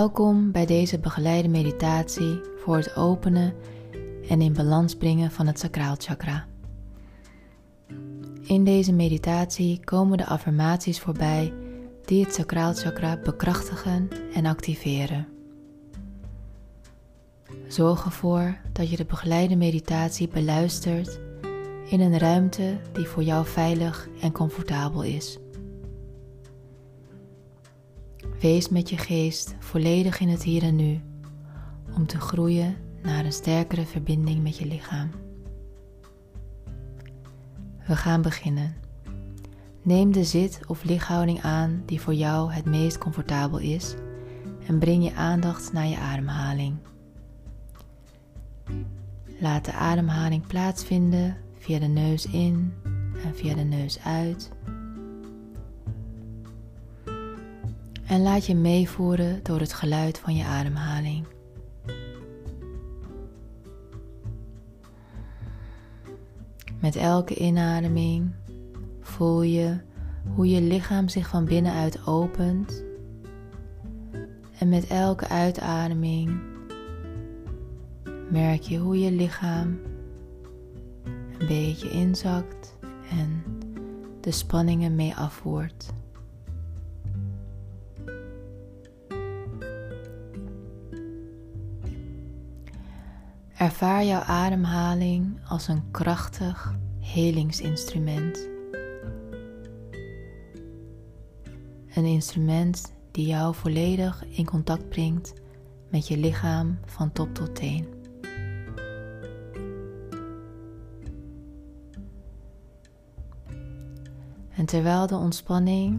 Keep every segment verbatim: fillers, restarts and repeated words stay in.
Welkom bij deze begeleide meditatie voor het openen en in balans brengen van het sacraal chakra. In deze meditatie komen de affirmaties voorbij die het sacraal chakra bekrachtigen en activeren. Zorg ervoor dat je de begeleide meditatie beluistert in een ruimte die voor jou veilig en comfortabel is. Wees met je geest volledig in het hier en nu om te groeien naar een sterkere verbinding met je lichaam. We gaan beginnen. Neem de zit- of lighouding aan die voor jou het meest comfortabel is en breng je aandacht naar je ademhaling. Laat de ademhaling plaatsvinden via de neus in en via de neus uit. En laat je meevoeren door het geluid van je ademhaling. Met elke inademing voel je hoe je lichaam zich van binnenuit opent. En met elke uitademing merk je hoe je lichaam een beetje inzakt en de spanningen mee afvoert. Ervaar jouw ademhaling als een krachtig helingsinstrument. Een instrument die jou volledig in contact brengt met je lichaam van top tot teen. En terwijl de ontspanning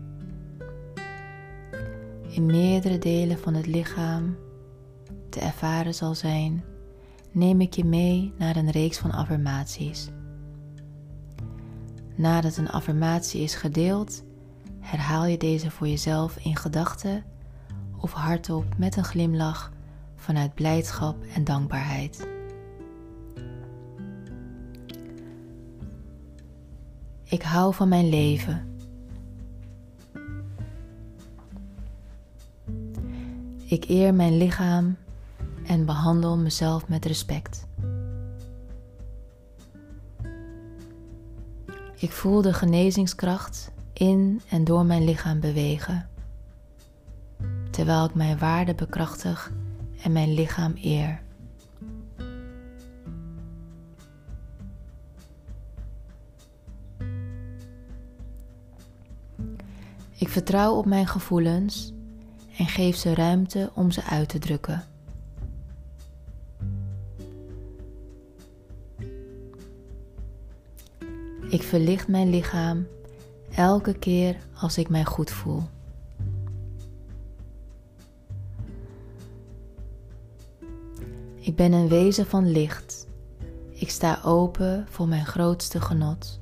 in meerdere delen van het lichaam te ervaren zal zijn, neem ik je mee naar een reeks van affirmaties. Nadat een affirmatie is gedeeld, herhaal je deze voor jezelf in gedachten of hardop met een glimlach vanuit blijdschap en dankbaarheid. Ik hou van mijn leven. Ik eer mijn lichaam en behandel mezelf met respect. Ik voel de genezingskracht in en door mijn lichaam bewegen, terwijl ik mijn waarde bekrachtig en mijn lichaam eer. Ik vertrouw op mijn gevoelens en geef ze ruimte om ze uit te drukken. Ik verlicht mijn lichaam elke keer als ik mij goed voel. Ik ben een wezen van licht. Ik sta open voor mijn grootste genot.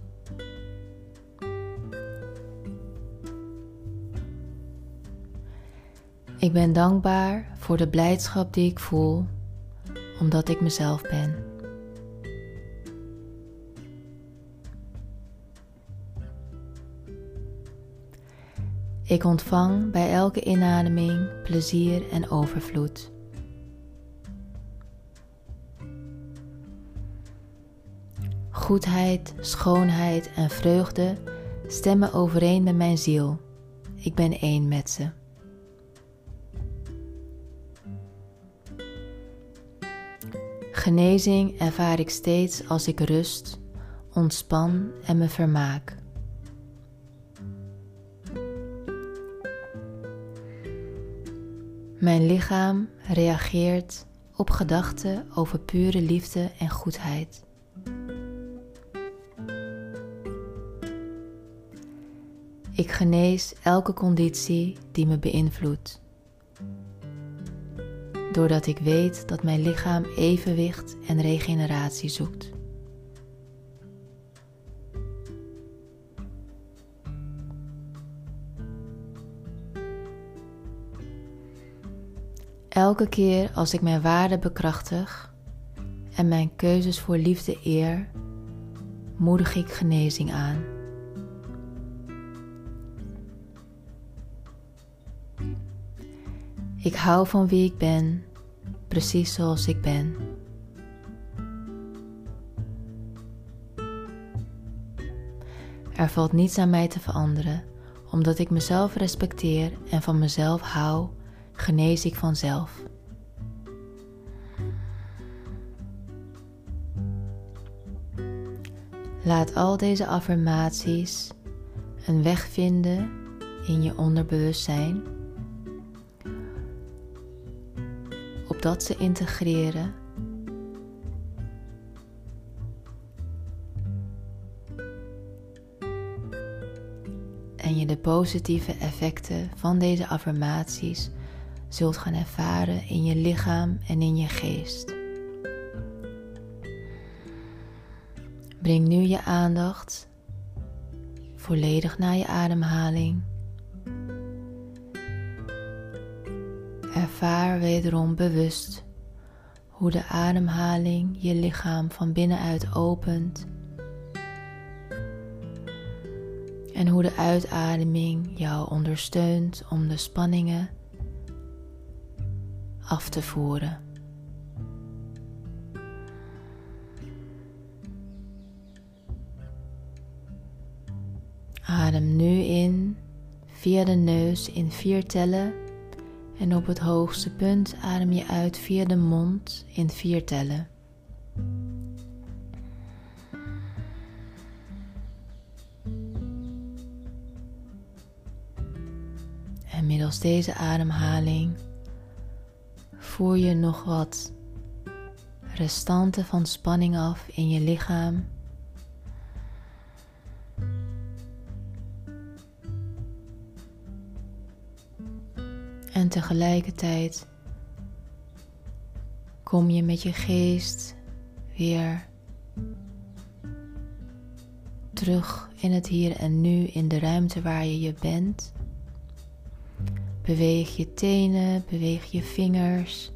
Ik ben dankbaar voor de blijdschap die ik voel, omdat ik mezelf ben. Ik ontvang bij elke inademing plezier en overvloed. Goedheid, schoonheid en vreugde stemmen overeen met mijn ziel. Ik ben één met ze. Genezing ervaar ik steeds als ik rust, ontspan en me vermaak. Mijn lichaam reageert op gedachten over pure liefde en goedheid. Ik genees elke conditie die me beïnvloedt, doordat ik weet dat mijn lichaam evenwicht en regeneratie zoekt. Elke keer als ik mijn waarde bekrachtig en mijn keuzes voor liefde eer, moedig ik genezing aan. Ik hou van wie ik ben, precies zoals ik ben. Er valt niets aan mij te veranderen, omdat ik mezelf respecteer en van mezelf hou, genees ik vanzelf. Laat al deze affirmaties een weg vinden in je onderbewustzijn, opdat ze integreren en je de positieve effecten van deze affirmaties zult gaan ervaren in je lichaam en in je geest. Breng nu je aandacht volledig naar je ademhaling. Ervaar wederom bewust hoe de ademhaling je lichaam van binnenuit opent en hoe de uitademing jou ondersteunt om de spanningen af te voeren. Adem nu in via de neus in vier tellen en op het hoogste punt adem je uit via de mond in vier tellen. En middels deze ademhaling voer je nog wat restanten van spanning af in je lichaam. En tegelijkertijd kom je met je geest weer terug in het hier en nu, in de ruimte waar je je bent. Beweeg je tenen, beweeg je vingers.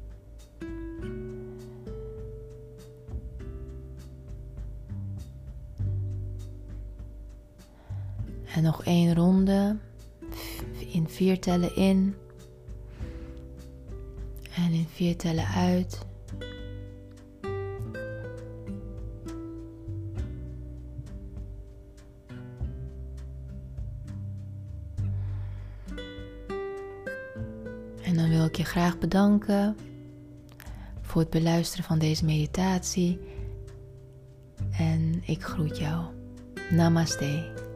En nog één ronde in vier tellen in. En in vier tellen uit. En dan wil ik je graag bedanken voor het beluisteren van deze meditatie. En ik groet jou. Namaste.